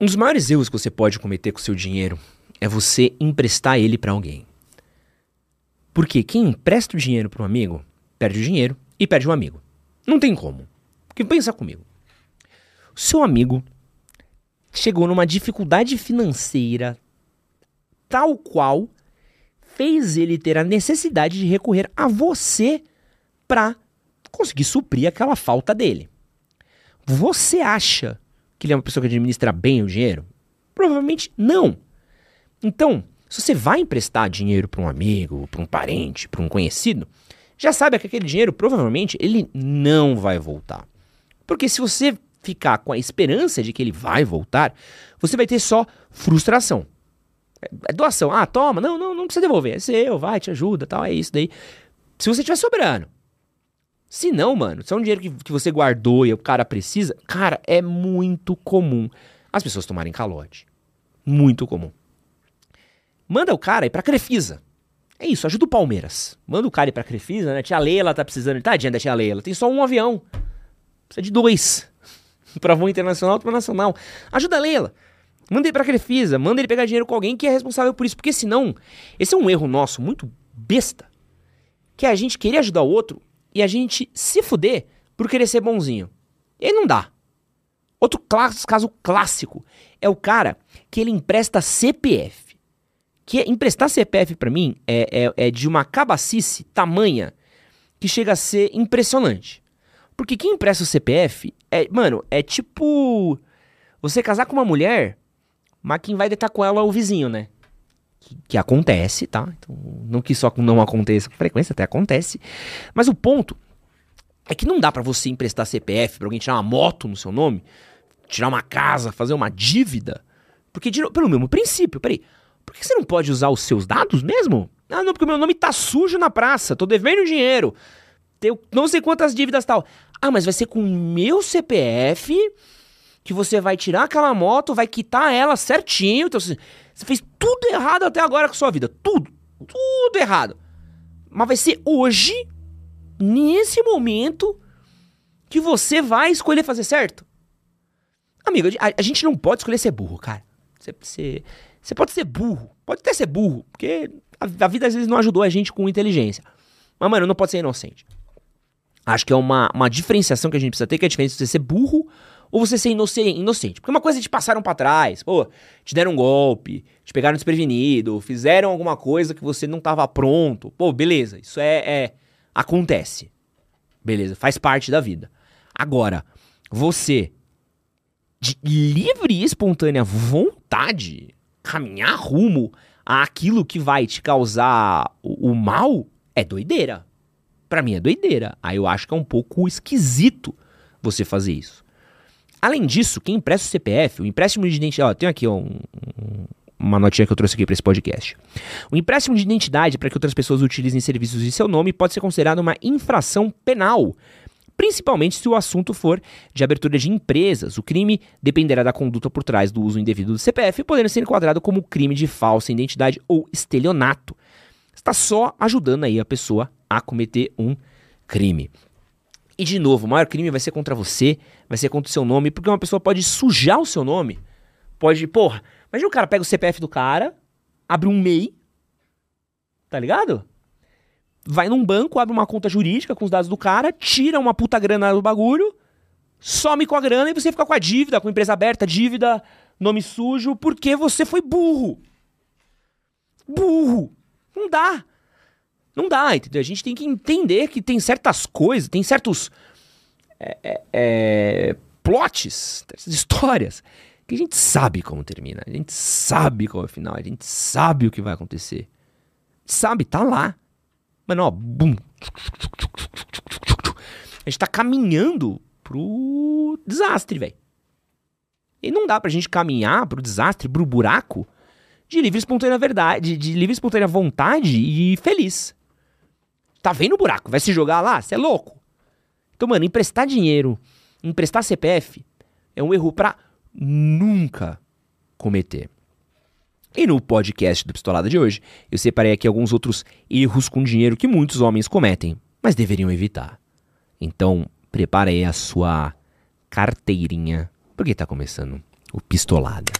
Um dos maiores erros que você pode cometer com o seu dinheiro é você emprestar ele pra alguém. Porque quem empresta o dinheiro para um amigo, perde o dinheiro e perde o amigo. Não tem como. Porque pensa comigo. O seu amigo chegou numa dificuldade financeira tal qual fez ele ter a necessidade de recorrer a você para conseguir suprir aquela falta dele. Você acha que ele é uma pessoa que administra bem o dinheiro? Provavelmente não. Então, se você vai emprestar dinheiro para um amigo, para um parente, para um conhecido, já sabe que aquele dinheiro provavelmente ele não vai voltar. Porque se você ficar com a esperança de que ele vai voltar, você vai ter só frustração. É doação. Ah, toma, não precisa devolver. É seu, vai, te ajuda, tal, é isso daí. Se você tiver sobrando. Se não, mano, se é um dinheiro que você guardou e o cara precisa, cara, é muito comum as pessoas tomarem calote. Muito comum. Manda o cara ir pra Crefisa. É isso, ajuda o Palmeiras. Manda o cara ir pra Crefisa, né? Tia Leila tá precisando. Tadinha da tia Leila. Tem só um avião. Precisa de 2. Pra voo internacional, pra nacional. Ajuda a Leila. Manda ele pra Crefisa. Manda ele pegar dinheiro com alguém que é responsável por isso. Porque senão, esse é um erro nosso muito besta. Que é a gente querer ajudar o outro e a gente se fuder por querer ser bonzinho. E aí não dá. Outro caso clássico é o cara que ele empresta CPF. Que emprestar CPF pra mim é de uma cabacice tamanha que chega a ser impressionante. Porque quem empresta o CPF é tipo você casar com uma mulher, mas quem vai deitar com ela é o vizinho, né? Que acontece, tá? Então, não que só não aconteça com frequência, até acontece. Mas o ponto é que não dá pra você emprestar CPF pra alguém tirar uma moto no seu nome, tirar uma casa, fazer uma dívida. Porque, pelo mesmo princípio, peraí. Por que você não pode usar os seus dados mesmo? Ah, não, porque o meu nome tá sujo na praça, tô devendo dinheiro, tenho não sei quantas dívidas e tal. Ah, mas vai ser com o meu CPF que você vai tirar aquela moto, vai quitar ela certinho. Então você fez tudo errado até agora com a sua vida. Tudo errado. Mas vai ser hoje, nesse momento, que você vai escolher fazer certo. Amigo, a gente não pode escolher ser burro, cara. Você pode ser burro, pode até ser burro, porque a vida às vezes não ajudou a gente com inteligência. Mas, mano, não pode ser inocente. Acho que é uma diferenciação que a gente precisa ter, que é a diferença de você ser burro ou você ser inocente. Porque uma coisa é te passaram pra trás, pô, te deram um golpe, te pegaram desprevenido, fizeram alguma coisa que você não tava pronto. Pô, beleza, isso acontece. Beleza, faz parte da vida. Agora, você, de livre e espontânea vontade, caminhar rumo àquilo que vai te causar o mal, é doideira. Pra mim é doideira. Aí eu acho que é um pouco esquisito você fazer isso. Além disso, quem empresta o CPF, o empréstimo de identidade... Ó, tem aqui uma notinha que eu trouxe aqui pra esse podcast. O empréstimo de identidade para que outras pessoas utilizem serviços de seu nome pode ser considerado uma infração penal, principalmente se o assunto for de abertura de empresas. O crime dependerá da conduta por trás do uso indevido do CPF, podendo ser enquadrado como crime de falsa identidade ou estelionato. Está só ajudando aí a pessoa a cometer um crime. E de novo, o maior crime vai ser contra você, vai ser contra o seu nome, porque uma pessoa pode sujar o seu nome. Pode, porra, imagina o cara pega o CPF do cara, abre um MEI, tá ligado? Vai num banco, abre uma conta jurídica com os dados do cara, tira uma puta grana do bagulho, some com a grana e você fica com a dívida, com a empresa aberta, dívida, nome sujo, porque você foi burro. Burro. Não dá. Não dá, entendeu? A gente tem que entender que tem certas coisas, tem certos plots, essas histórias, que a gente sabe como termina, a gente sabe qual é o final, a gente sabe o que vai acontecer. Sabe, tá lá. Mano, ó, bum. A gente tá caminhando pro desastre, velho. E não dá pra gente caminhar pro desastre, pro buraco, de livre e espontânea verdade, de livre e espontânea vontade e feliz. Tá vendo o buraco? Vai se jogar lá? Você é louco. Então, mano, emprestar dinheiro, emprestar CPF, é um erro pra nunca cometer. E no podcast do Pistolada de hoje, eu separei aqui alguns outros erros com dinheiro que muitos homens cometem, mas deveriam evitar. Então, prepara aí a sua carteirinha, porque tá começando o Pistolada.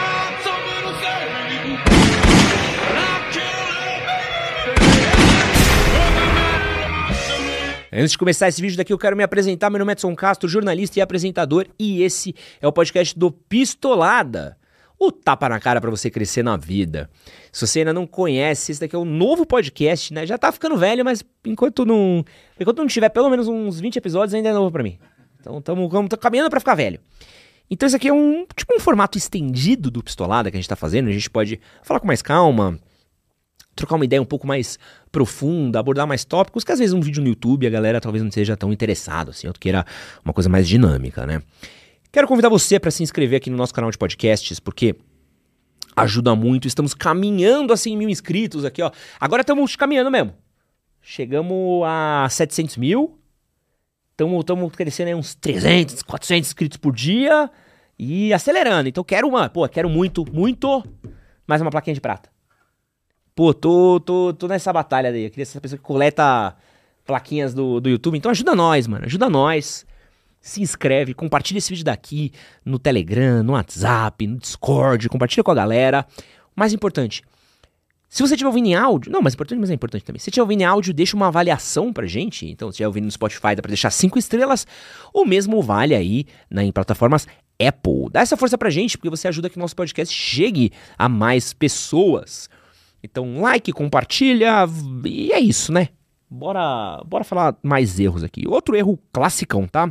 Antes de começar esse vídeo daqui, eu quero me apresentar. Meu nome é Edson Castro, jornalista e apresentador, e esse é o podcast do Pistolada, o tapa na cara pra você crescer na vida. Se você ainda não conhece, esse daqui é um novo podcast, né? Já tá ficando velho, mas enquanto não tiver pelo menos uns 20 episódios, ainda é novo pra mim. Então estamos caminhando pra ficar velho. Então esse aqui é um formato estendido do Pistolada que a gente tá fazendo. A gente pode falar com mais calma, trocar uma ideia um pouco mais profunda, abordar mais tópicos, que às vezes um vídeo no YouTube a galera talvez não seja tão interessado, assim, eu queira uma coisa mais dinâmica, né? Quero convidar você para se inscrever aqui no nosso canal de podcasts, porque ajuda muito. Estamos caminhando assim 1.000 inscritos aqui, ó. Agora estamos caminhando mesmo. Chegamos a 700 mil. Estamos crescendo aí uns 300, 400 inscritos por dia e acelerando. Então quero muito mais uma plaquinha de prata. Pô, tô nessa batalha daí. Eu queria ser essa pessoa que coleta plaquinhas do YouTube. Então ajuda nós, mano. Ajuda nós. Se inscreve, compartilha esse vídeo daqui no Telegram, no WhatsApp, no Discord. Compartilha com a galera. O mais importante, se você estiver ouvindo em áudio... Não, mas é importante também. Se você estiver ouvindo em áudio, deixa uma avaliação pra gente. Então, se estiver ouvindo no Spotify, dá pra deixar 5 estrelas. O mesmo vale aí em plataformas Apple. Dá essa força pra gente, porque você ajuda que o nosso podcast chegue a mais pessoas. Então, like, compartilha, e é isso, né? Bora falar mais erros aqui. Outro erro classicão, tá?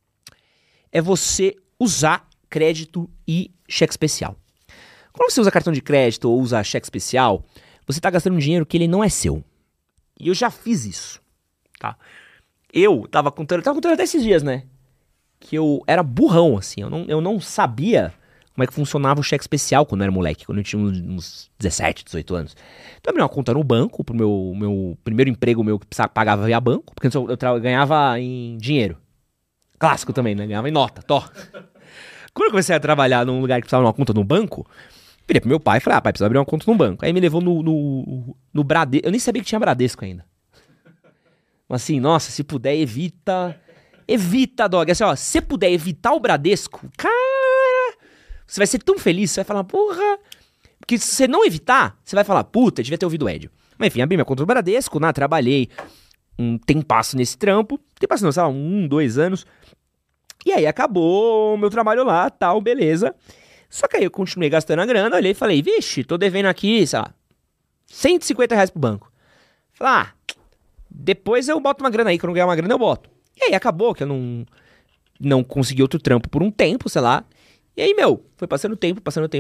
É você usar crédito e cheque especial. Quando você usa cartão de crédito ou usa cheque especial, você tá gastando dinheiro que ele não é seu. E eu já fiz isso, tá? Eu tava contando até esses dias, né? Que eu era burrão, assim. Eu não sabia como é que funcionava o cheque especial quando eu era moleque, quando eu tinha uns 17, 18 anos. Então eu abri uma conta no banco, pro meu primeiro emprego meu que pagava via banco, porque eu ganhava em dinheiro. Clássico também, né? Ganhava em nota, Quando eu comecei a trabalhar num lugar que precisava de uma conta no banco, virei pro meu pai e falei, pai, precisa abrir uma conta no banco. Aí me levou no Bradesco. Eu nem sabia que tinha Bradesco ainda. Mas assim, nossa, se puder, evita, dog. Assim, ó, se puder evitar o Bradesco, cara, você vai ser tão feliz, você vai falar, porra. Porque se você não evitar, você vai falar, puta, devia ter ouvido o Edio. Mas enfim, abri minha conta no Bradesco, né? Trabalhei um tempasso nesse trampo. Tempasso não, sei lá, 2 anos. E aí acabou o meu trabalho lá, tal, beleza. Só que aí eu continuei gastando a grana, olhei e falei, vixe, tô devendo aqui, sei lá, R$150 pro banco. Falei, depois eu boto uma grana aí, quando eu ganhar uma grana eu boto. E aí acabou que eu não consegui outro trampo por um tempo, sei lá. E aí, foi passando tempo.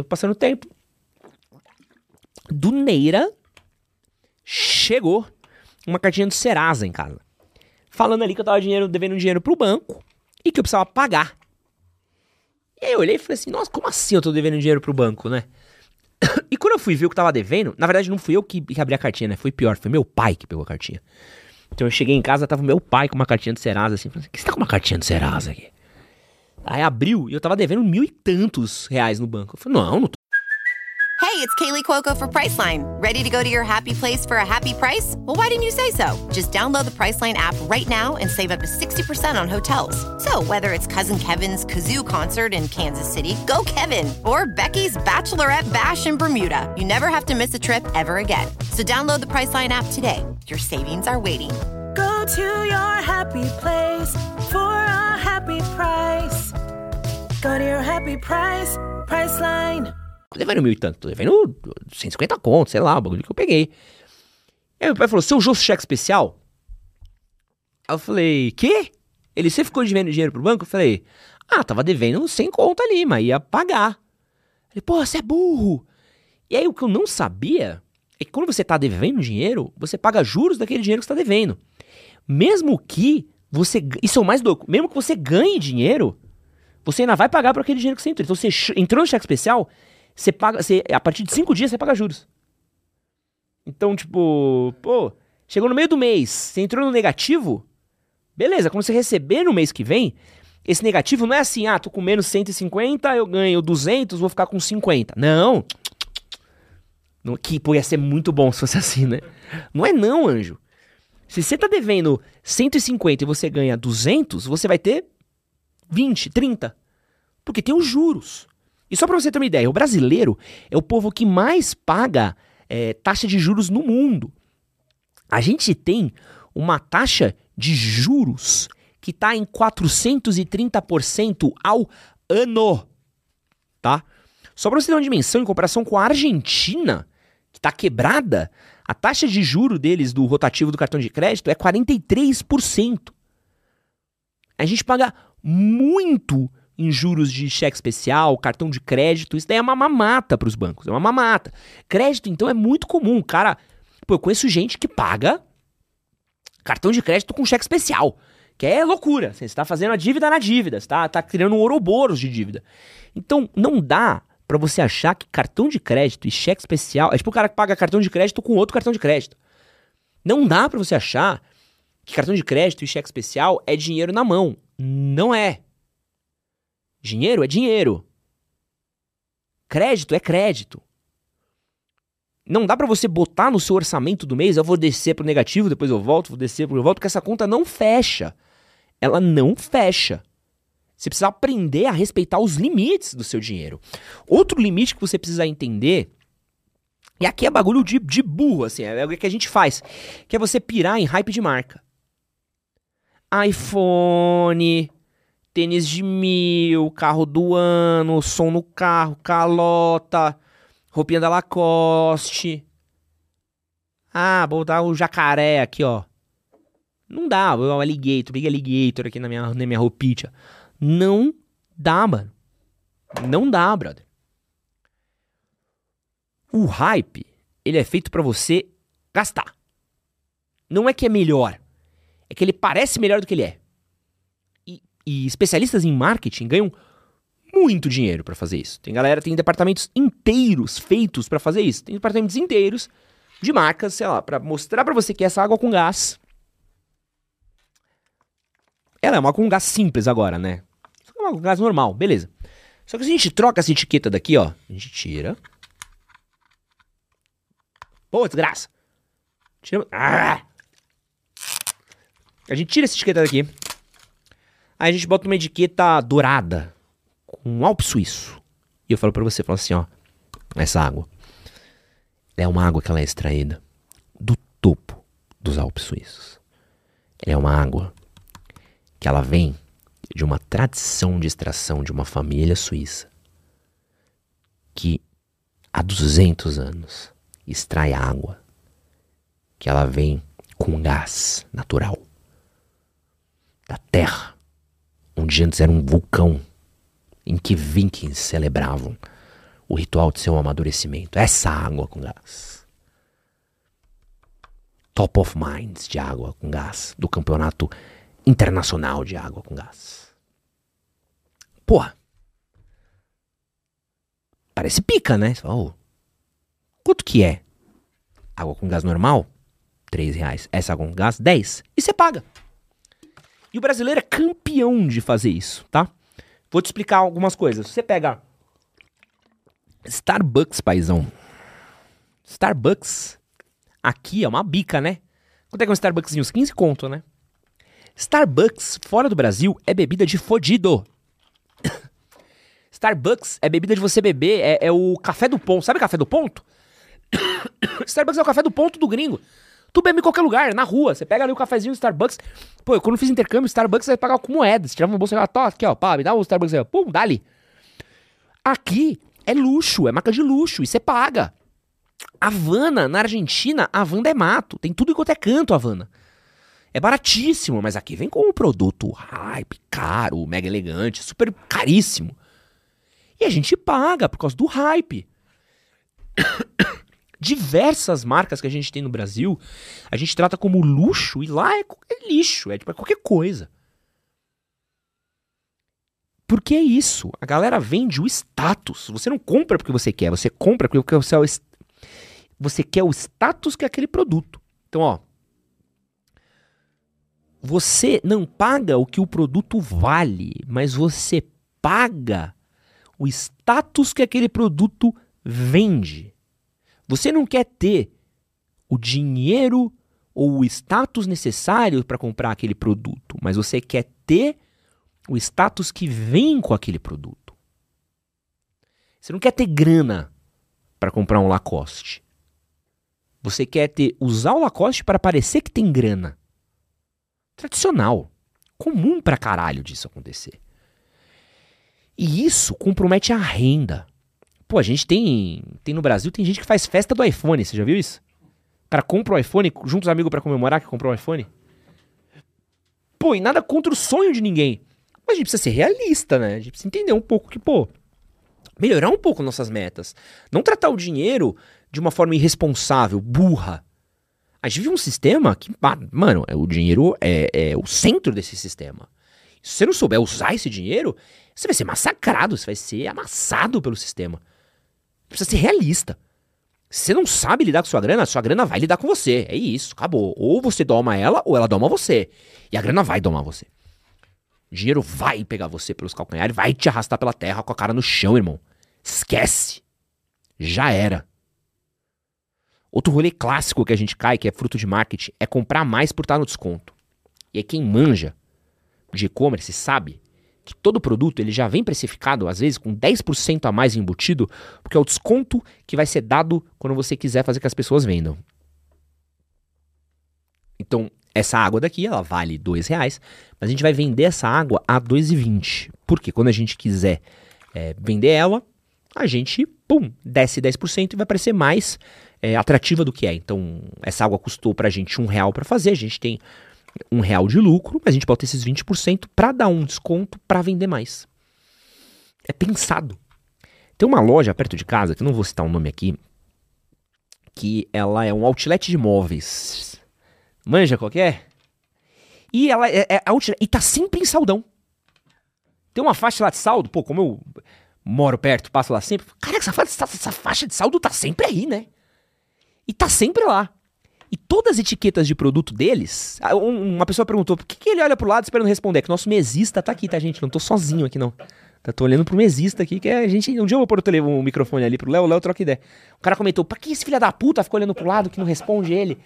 Do Neira, chegou uma cartinha do Serasa em casa. Falando ali que eu tava devendo dinheiro pro banco e que eu precisava pagar. E aí eu olhei e falei assim, nossa, como assim eu tô devendo dinheiro pro banco, né? E quando eu fui ver o que eu tava devendo, na verdade não fui eu que abri a cartinha, né? Foi pior, foi meu pai que pegou a cartinha. Então eu cheguei em casa, tava meu pai com uma cartinha do Serasa, assim, falei, que você tá com uma cartinha do Serasa aqui? Aí abriu e eu tava devendo 1.000 e tantos reais no banco. Eu falei, não tô. Hey, it's Kaylee Cuoco for Priceline. Ready to go to your happy place for a happy price? Well, why didn't you say so? Just download the Priceline app right now and save up to 60% on hotels. So whether it's Cousin Kevin's Kazoo Concert in Kansas City, go Kevin, or Becky's Bachelorette Bash in Bermuda, you never have to miss a trip ever again. So download the Priceline app today. Your savings are waiting. Go to your happy place for a happy price. Go to your happy price, Priceline. Tô devendo 1.000 e tanto, tô devendo 150 contos, sei lá, o bagulho que eu peguei. Aí meu pai falou, você usou cheque especial? Aí eu falei, quê? Ele, você ficou devendo dinheiro pro banco? Eu falei, tava devendo 100 conto ali, mas ia pagar. Ele, pô, você é burro. E aí o que eu não sabia é que quando você tá devendo dinheiro, você paga juros daquele dinheiro que você tá devendo. Mesmo que você, isso é o mais louco, mesmo que você ganhe dinheiro, você ainda vai pagar por aquele dinheiro que você entrou. Então você entrou no cheque especial, você paga, a partir de 5 dias você paga juros. Então, tipo, chegou no meio do mês, você entrou no negativo, beleza, quando você receber no mês que vem, esse negativo não é assim, tô com menos 150, eu ganho 200, vou ficar com 50. Não. Que, ia ser muito bom se fosse assim, né? Não é não, anjo. Se você tá devendo 150 e você ganha 200, você vai ter 20, 30. Porque tem os juros. E só para você ter uma ideia, o brasileiro é o povo que mais paga taxa de juros no mundo. A gente tem uma taxa de juros que está em 430% ao ano, tá? Só para você ter uma dimensão, em comparação com a Argentina, que está quebrada, a taxa de juro deles do rotativo do cartão de crédito é 43%. A gente paga muito em juros de cheque especial, cartão de crédito. Isso daí é uma mamata para os bancos, é uma mamata. Crédito, então, é muito comum. Cara, eu conheço gente que paga cartão de crédito com cheque especial, que é loucura. Você está fazendo a dívida na dívida, você tá criando um ouroboros de dívida. Então, não dá pra você achar que cartão de crédito e cheque especial... É tipo o cara que paga cartão de crédito com outro cartão de crédito. Não dá pra você achar que cartão de crédito e cheque especial é dinheiro na mão. Não é. Dinheiro é dinheiro. Crédito é crédito. Não dá pra você botar no seu orçamento do mês, eu vou descer pro negativo, depois eu volto, vou descer pro eu volto, porque essa conta não fecha. Ela não fecha. Você precisa aprender a respeitar os limites do seu dinheiro. Outro limite que você precisa entender, e aqui é bagulho de burro, assim, é o que a gente faz, que é você pirar em hype de marca. iPhone, tênis de 1.000, carro do ano, som no carro, calota, roupinha da Lacoste. Ah, vou botar o jacaré aqui, ó. Não dá, o alligator, big alligator aqui na minha roupinha. Não dá, mano. Não dá, brother. O hype, ele é feito pra você gastar. Não é que é melhor. É que ele parece melhor do que ele é. E especialistas em marketing ganham muito dinheiro pra fazer isso. Tem departamentos inteiros feitos pra fazer isso. Tem departamentos inteiros de marcas, sei lá, pra mostrar pra você que essa água com gás... Ela é uma com gás simples agora, né? É uma com gás normal, beleza. Só que se a gente troca essa etiqueta daqui, ó, a gente tira. Pô, desgraça. Tira... Ah! A gente tira essa etiqueta daqui. Aí a gente bota uma etiqueta dourada com Alpe Suíço. E eu falo pra você, falo assim, ó, essa água é uma água que ela é extraída do topo dos Alpes Suíços. Ela é uma água que ela vem de uma tradição de extração de uma família suíça que há 200 anos extrai água que ela vem com gás natural da terra, onde antes era um vulcão em que vikings celebravam o ritual de seu amadurecimento. Essa água com gás. Top of minds de água com gás do campeonato internacional de água com gás. Porra. Parece pica, né? Oh, quanto que é? Água com gás normal? R$3. Essa água com gás? 10. E você paga. E o brasileiro é campeão de fazer isso, tá? Vou te explicar algumas coisas. Você pega Starbucks, paizão. Starbucks aqui é uma bica, né? Quanto é que é um Starbucks? Uns 15 conto, né? Starbucks, fora do Brasil, é bebida de fodido. Starbucks é bebida de você beber, é o café do ponto. Sabe o café do ponto? Starbucks é o café do ponto do gringo. Tu bebe em qualquer lugar, na rua. Você pega ali o cafezinho do Starbucks. Pô, quando eu fiz intercâmbio, Starbucks vai pagar com moeda. Você tirava no bolso e falava, aqui, ó, pá, me dá o Starbucks aí. Pum, dá-lhe. Aqui é luxo, é marca de luxo e você paga. Havana, na Argentina, Havana é mato. Tem tudo enquanto é canto, Havana. É baratíssimo, mas aqui vem com um produto hype, caro, mega elegante, super caríssimo. E a gente paga por causa do hype. Diversas marcas que a gente tem no Brasil, a gente trata como luxo e lá é lixo, é qualquer coisa. Porque é isso, a galera vende o status. Você não compra porque você quer, você compra porque você quer o status que é aquele produto. Então, ó, você não paga o que o produto vale, mas você paga o status que aquele produto vende. Você não quer ter o dinheiro ou o status necessário para comprar aquele produto, mas você quer ter o status que vem com aquele produto. Você não quer ter grana para comprar um Lacoste. Você quer usar o Lacoste para parecer que tem grana. Tradicional. Comum pra caralho disso acontecer. E isso compromete a renda. Pô, a gente tem no Brasil, tem gente que faz festa do iPhone, você já viu isso? O cara compra o iPhone, junta os amigos pra comemorar que comprou o iPhone. Pô, e nada contra o sonho de ninguém. Mas a gente precisa ser realista, né? A gente precisa entender um pouco que, pô, melhorar um pouco nossas metas. Não tratar o dinheiro de uma forma irresponsável, burra. A gente vive um sistema que, mano, o dinheiro é o centro desse sistema. Se você não souber usar esse dinheiro, você vai ser massacrado, você vai ser amassado pelo sistema. Precisa ser realista. Se você não sabe lidar com sua grana vai lidar com você. É isso, acabou. Ou você doma ela, ou ela doma você. E a grana vai domar você. O dinheiro vai pegar você pelos calcanhares, vai te arrastar pela terra com a cara no chão, irmão. Esquece. Já era. Outro rolê clássico que a gente cai, que é fruto de marketing, é comprar mais por estar no desconto. E aí quem manja de e-commerce sabe que todo produto ele já vem precificado, às vezes com 10% a mais embutido, porque é o desconto que vai ser dado quando você quiser fazer que as pessoas vendam. Então, essa água daqui, ela vale R$2, mas a gente vai vender essa água a R$2,20. Porque quando a gente quiser vender ela, a gente, desce 10% e vai parecer mais atrativa do que é. Então, essa água custou pra gente R$1 pra fazer, a gente tem R$1 de lucro, mas a gente bota esses 20% pra dar um desconto pra vender mais. É pensado. Tem uma loja perto de casa, que eu não vou citar o nome aqui, que ela é um outlet de móveis. Manja qual que é? E ela é outlet, e tá sempre em saldão. Tem uma faixa lá de saldo, pô, como eu moro perto, passo lá sempre. Caraca, essa faixa de saldo tá sempre aí, né? E tá sempre lá. E todas as etiquetas de produto deles, uma pessoa perguntou, por que ele olha pro lado esperando responder? É que nosso mesista tá aqui, tá, gente? Não tô sozinho aqui, não. Tô olhando pro mesista aqui, que a gente... Um dia eu vou pôr o microfone ali pro Léo, o Léo troca ideia. O cara comentou, pra que esse filho da puta fica olhando pro lado que não responde ele?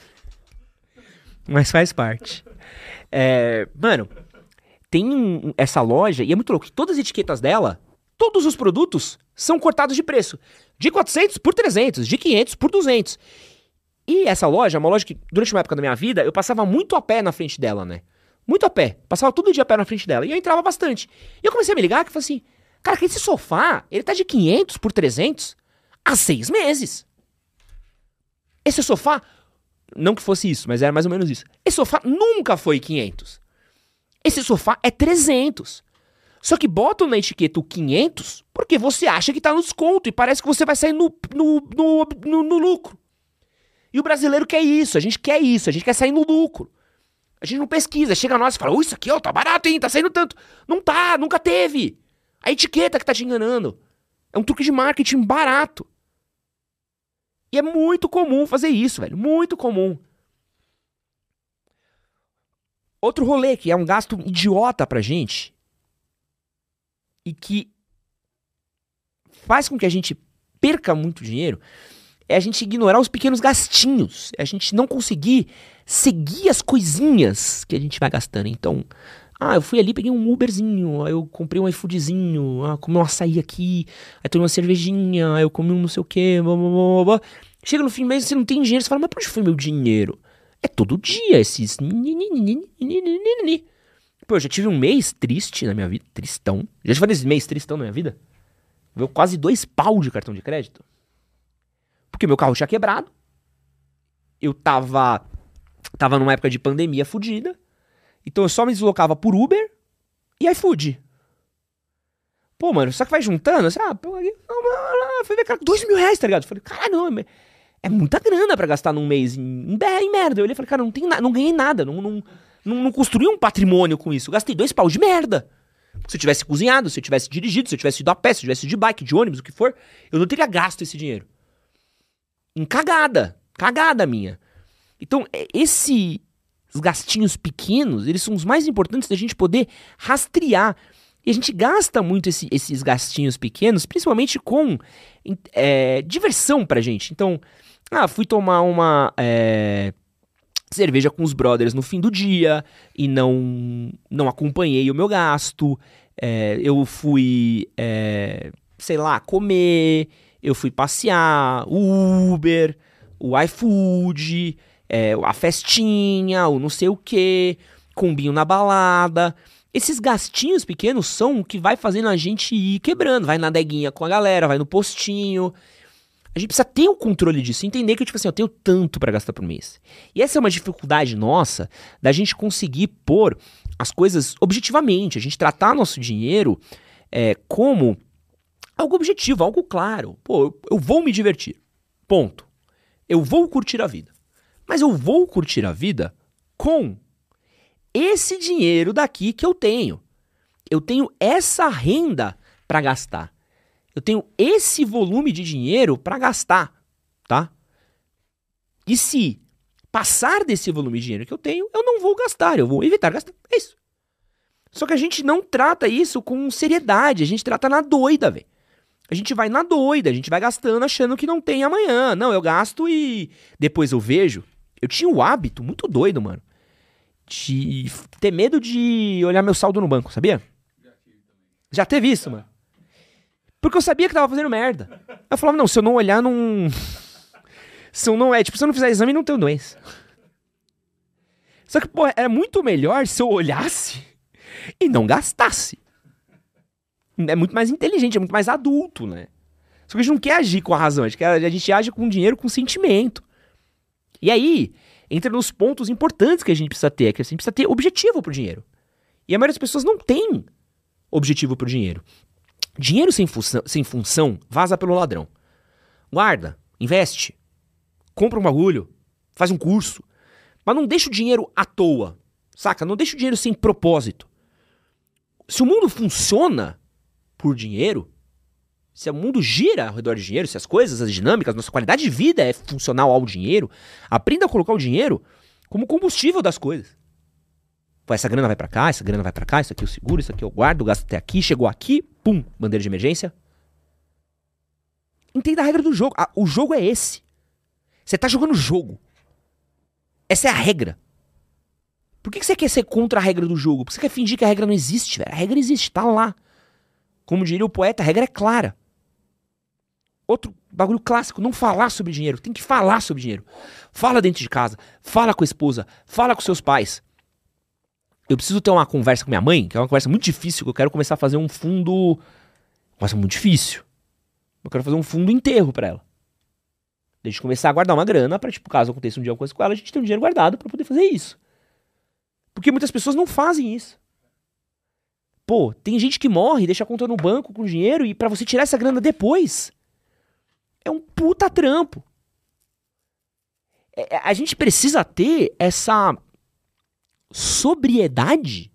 Mas faz parte. Mano, tem essa loja, e é muito louco, que todas as etiquetas dela, todos os produtos são cortados de preço. De 400 por 300, de 500 por 200. E essa loja é uma loja que, durante uma época da minha vida, eu passava muito a pé na frente dela, né? Muito a pé. Passava todo dia a pé na frente dela. E eu entrava bastante. E eu comecei a me ligar que eu falei assim, cara, que esse sofá, ele tá de 500 por 300 há 6 meses. Esse sofá, não que fosse isso, mas era mais ou menos isso. Esse sofá nunca foi 500. Esse sofá é 300. Só que botam na etiqueta o 500 porque você acha que tá no desconto e parece que você vai sair no lucro. E o brasileiro quer isso, a gente quer sair no lucro. A gente não pesquisa, chega a nós e fala, isso aqui, ó, tá barato, hein, tá saindo tanto. Não tá, nunca teve. A etiqueta que tá te enganando. É um truque de marketing barato. E é muito comum fazer isso, velho, muito comum. Outro rolê que é um gasto idiota pra gente e que faz com que a gente perca muito dinheiro é a gente ignorar os pequenos gastinhos, é a gente não conseguir seguir as coisinhas que a gente vai gastando. Então, eu fui ali, peguei um Uberzinho, aí eu comprei um iFoodzinho, comi um açaí aqui, aí tomei uma cervejinha, aí eu comi um não sei o que, blá, blá, blá, blá. Chega no fim do mês, você não tem dinheiro, você fala, mas pra onde foi meu dinheiro? É todo dia esses... Pô, eu já tive um mês triste na minha vida, tristão. Já tive esse mês tristão na minha vida? Veio quase 2 pau de cartão de crédito. Porque meu carro tinha quebrado. Eu tava numa época de pandemia fodida. Então eu só me deslocava por Uber e iFood. Pô, mano, só que vai juntando, assim, fui ver, cara, R$2.000, tá ligado? Eu falei, cara, não, é muita grana pra gastar num mês em merda. Eu olhei e falei, cara, não ganhei nada, não construí um patrimônio com isso. Eu gastei 2 pau de merda. Se eu tivesse cozinhado, se eu tivesse dirigido, se eu tivesse ido a pé, se eu tivesse ido de bike, de ônibus, o que for, eu não teria gasto esse dinheiro. Em cagada minha. Então, esses gastinhos pequenos, eles são os mais importantes da gente poder rastrear. E a gente gasta muito esses gastinhos pequenos, principalmente com diversão pra gente. Então, fui tomar uma cerveja com os brothers no fim do dia e não acompanhei o meu gasto. Eu fui sei lá, comer, eu fui passear, o Uber, o iFood, a festinha, o não sei o quê, combinho na balada. Esses gastinhos pequenos são o que vai fazendo a gente ir quebrando. Vai na adeguinha com a galera, vai no postinho. A gente precisa ter o controle disso, entender que, tipo assim, eu tenho tanto pra gastar por mês. E essa é uma dificuldade nossa da gente conseguir pôr as coisas objetivamente, a gente tratar nosso dinheiro como algo objetivo, algo claro. Pô, eu vou me divertir, ponto. Eu vou curtir a vida. Mas eu vou curtir a vida com esse dinheiro daqui que eu tenho. Eu tenho essa renda pra gastar. Eu tenho esse volume de dinheiro para gastar, tá? E se passar desse volume de dinheiro que eu tenho, eu não vou gastar, eu vou evitar gastar. É isso. Só que a gente não trata isso com seriedade, a gente trata na doida, velho. A gente vai na doida, a gente vai gastando achando que não tem amanhã. Não, eu gasto e depois eu vejo. Eu tinha o hábito muito doido, mano, de ter medo de olhar meu saldo no banco, sabia? Já teve isso, mano? Porque eu sabia que tava fazendo merda. Eu falava, não, se eu não olhar, não... Se eu não fizer exame, não tenho doença. Só que, pô, era muito melhor se eu olhasse e não gastasse. É muito mais inteligente, é muito mais adulto, né? Só que a gente não quer agir com a razão, a gente age com dinheiro, com sentimento. E aí, entra nos pontos importantes que a gente precisa ter, que a gente precisa ter objetivo pro dinheiro. E a maioria das pessoas não tem objetivo pro dinheiro. Dinheiro sem função vaza pelo ladrão. Guarda, investe, compra um bagulho, faz um curso. Mas não deixa o dinheiro à toa, saca? Não deixa o dinheiro sem propósito. Se o mundo funciona por dinheiro, se o mundo gira ao redor de dinheiro, se as coisas, as dinâmicas, nossa qualidade de vida é funcional ao dinheiro, aprenda a colocar o dinheiro como combustível das coisas. Pô, essa grana vai pra cá, essa grana vai pra cá, isso aqui eu seguro, isso aqui eu guardo, gasto até aqui, chegou aqui, pum, bandeira de emergência. Entenda a regra do jogo. O jogo é esse. Você tá jogando jogo. Essa é a regra. Por que você quer ser contra a regra do jogo? Porque você quer fingir que a regra não existe, velho. A regra existe, tá lá. Como diria o poeta, a regra é clara. Outro bagulho clássico, não falar sobre dinheiro. Tem que falar sobre dinheiro. Fala dentro de casa, fala com a esposa, fala com seus pais. Eu preciso ter uma conversa com minha mãe, que é uma conversa muito difícil, que eu quero começar a fazer um fundo... Conversa muito difícil. Eu quero fazer um fundo enterro pra ela. Deixa eu começar a guardar uma grana pra, tipo, caso aconteça um dia alguma coisa com ela, a gente ter um dinheiro guardado pra poder fazer isso. Porque muitas pessoas não fazem isso. Pô, tem gente que morre, deixa a conta no banco com dinheiro e pra você tirar essa grana depois, é um puta trampo. A gente precisa ter essa sobriedade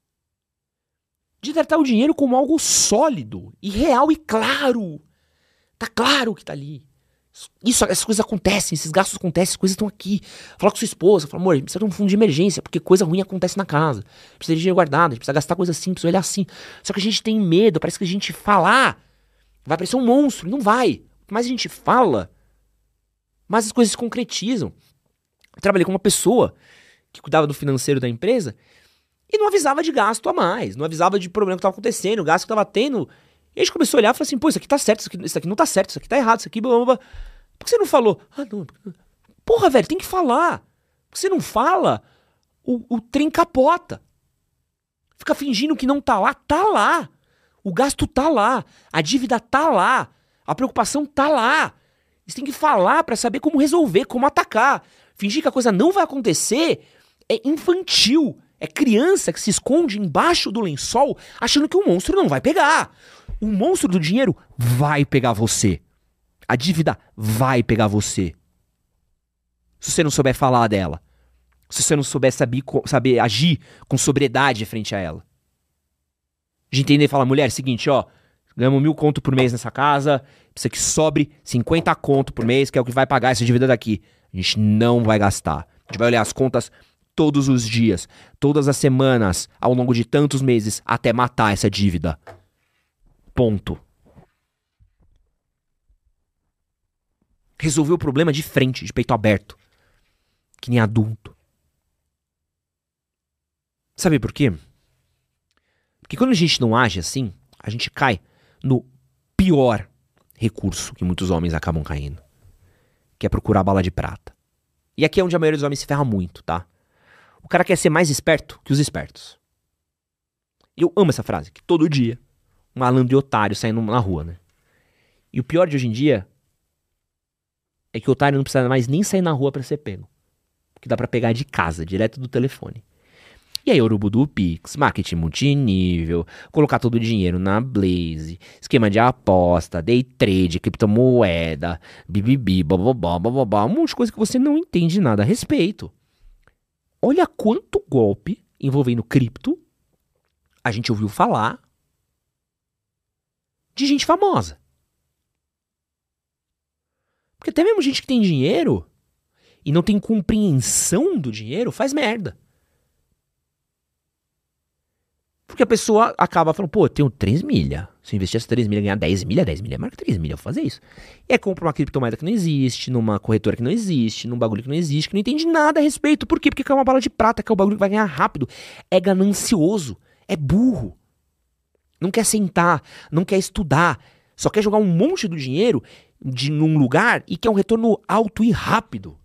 de tratar o dinheiro como algo sólido e real e claro. Tá claro que tá ali. Essas coisas acontecem, esses gastos acontecem, as coisas estão aqui. Fala com sua esposa, fala, amor, precisa de um fundo de emergência, porque coisa ruim acontece na casa. Precisa de dinheiro guardado, a gente precisa gastar coisa assim, precisa olhar assim. Só que a gente tem medo, parece que a gente falar vai parecer um monstro, não vai. Quanto mais a gente fala, mais as coisas se concretizam. Eu trabalhei com uma pessoa que cuidava do financeiro da empresa e não avisava de gasto a mais, não avisava de problema que estava acontecendo, gasto que estava tendo. E a gente começou a olhar e falou assim, pô, isso aqui tá certo, isso aqui não tá certo, isso aqui tá errado, isso aqui... Blá, blá, blá. Por que você não falou? Ah, não. Porra, velho, tem que falar. Porque você não fala, o trem capota. Fica fingindo que não tá lá, tá lá. O gasto tá lá, a dívida tá lá, a preocupação tá lá. Você tem que falar pra saber como resolver, como atacar. Fingir que a coisa não vai acontecer é infantil. É criança que se esconde embaixo do lençol achando que o monstro não vai pegar. O monstro do dinheiro vai pegar você. A dívida vai pegar você. Se você não souber falar dela. Se você não souber saber agir com sobriedade frente a ela. De entender e falar, mulher, seguinte, ó, ganhamos 1.000 conto por mês nessa casa, precisa que sobre 50 conto por mês, que é o que vai pagar essa dívida daqui. A gente não vai gastar. A gente vai olhar as contas todos os dias, todas as semanas, ao longo de tantos meses, até matar essa dívida. Ponto. Resolveu o problema de frente, de peito aberto. Que nem adulto. Sabe por quê? Porque quando a gente não age assim, a gente cai no pior recurso que muitos homens acabam caindo, que é procurar a bala de prata. E aqui é onde a maioria dos homens se ferra muito, tá? O cara quer ser mais esperto que os espertos. Eu amo essa frase, que todo dia um malandro e otário saindo na rua, né? E o pior de hoje em dia é que o otário não precisa mais nem sair na rua pra ser pego. Porque dá pra pegar de casa, direto do telefone. E aí, urubu do Pix, marketing multinível, colocar todo o dinheiro na Blaze, esquema de aposta, day trade, criptomoeda, bibibi, bababá, um monte de coisa que você não entende nada a respeito. Olha quanto golpe envolvendo cripto a gente ouviu falar de gente famosa. Porque até mesmo gente que tem dinheiro e não tem compreensão do dinheiro faz merda. Porque a pessoa acaba falando, pô, eu tenho 3 milhas. Se eu investir essas 3 milhas e ganhar 10 milhas é mais que 3 milhas, eu vou fazer isso. E aí compra uma criptomoeda que não existe, numa corretora que não existe, num bagulho que não existe, que não entende nada a respeito. Por quê? Porque quer uma bala de prata, quer o bagulho que vai ganhar rápido. É ganancioso, é burro. Não quer sentar, não quer estudar. Só quer jogar um monte do dinheiro num lugar e quer um retorno alto e rápido.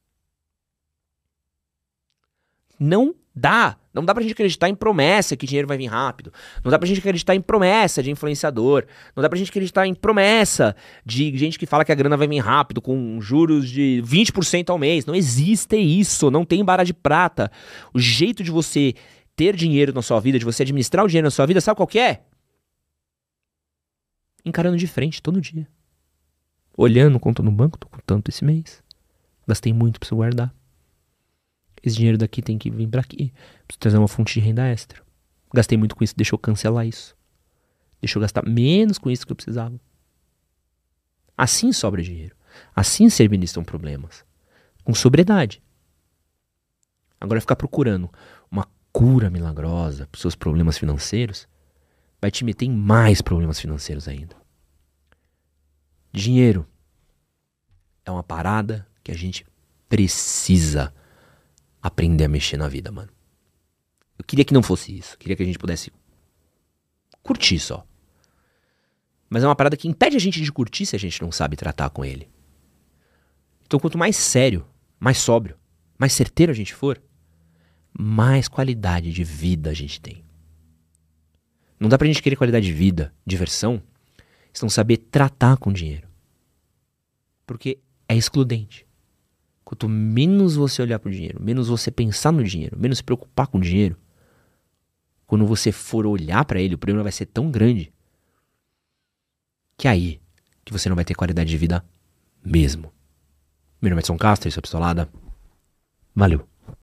Não dá. Não dá pra gente acreditar em promessa que dinheiro vai vir rápido. Não dá pra gente acreditar em promessa de influenciador. Não dá pra gente acreditar em promessa de gente que fala que a grana vai vir rápido com juros de 20% ao mês. Não existe isso. Não tem bala de prata. O jeito de você ter dinheiro na sua vida, de você administrar o dinheiro na sua vida, sabe qual que é? Encarando de frente todo dia. Olhando, conta no banco, tô com tanto esse mês. Gastei muito, preciso guardar. Esse dinheiro daqui tem que vir pra aqui. Preciso trazer uma fonte de renda extra. Gastei muito com isso, deixa eu cancelar isso. Deixa eu gastar menos com isso que eu precisava. Assim sobra dinheiro. Assim se administram problemas. Com sobriedade. Agora ficar procurando uma cura milagrosa para os seus problemas financeiros vai te meter em mais problemas financeiros ainda. Dinheiro é uma parada que a gente precisa aprender a mexer na vida, mano. Eu queria que não fosse isso. Queria que a gente pudesse curtir só. Mas é uma parada que impede a gente de curtir se a gente não sabe tratar com ele. Então quanto mais sério, mais sóbrio, mais certeiro a gente for, mais qualidade de vida a gente tem. Não dá pra gente querer qualidade de vida, diversão, se não saber tratar com dinheiro. Porque é excludente. Quanto menos você olhar pro dinheiro, menos você pensar no dinheiro, menos se preocupar com o dinheiro, quando você for olhar pra ele, o problema vai ser tão grande que é aí que você não vai ter qualidade de vida mesmo. Meu nome é Edson Castro, isso é Pistolada. Valeu.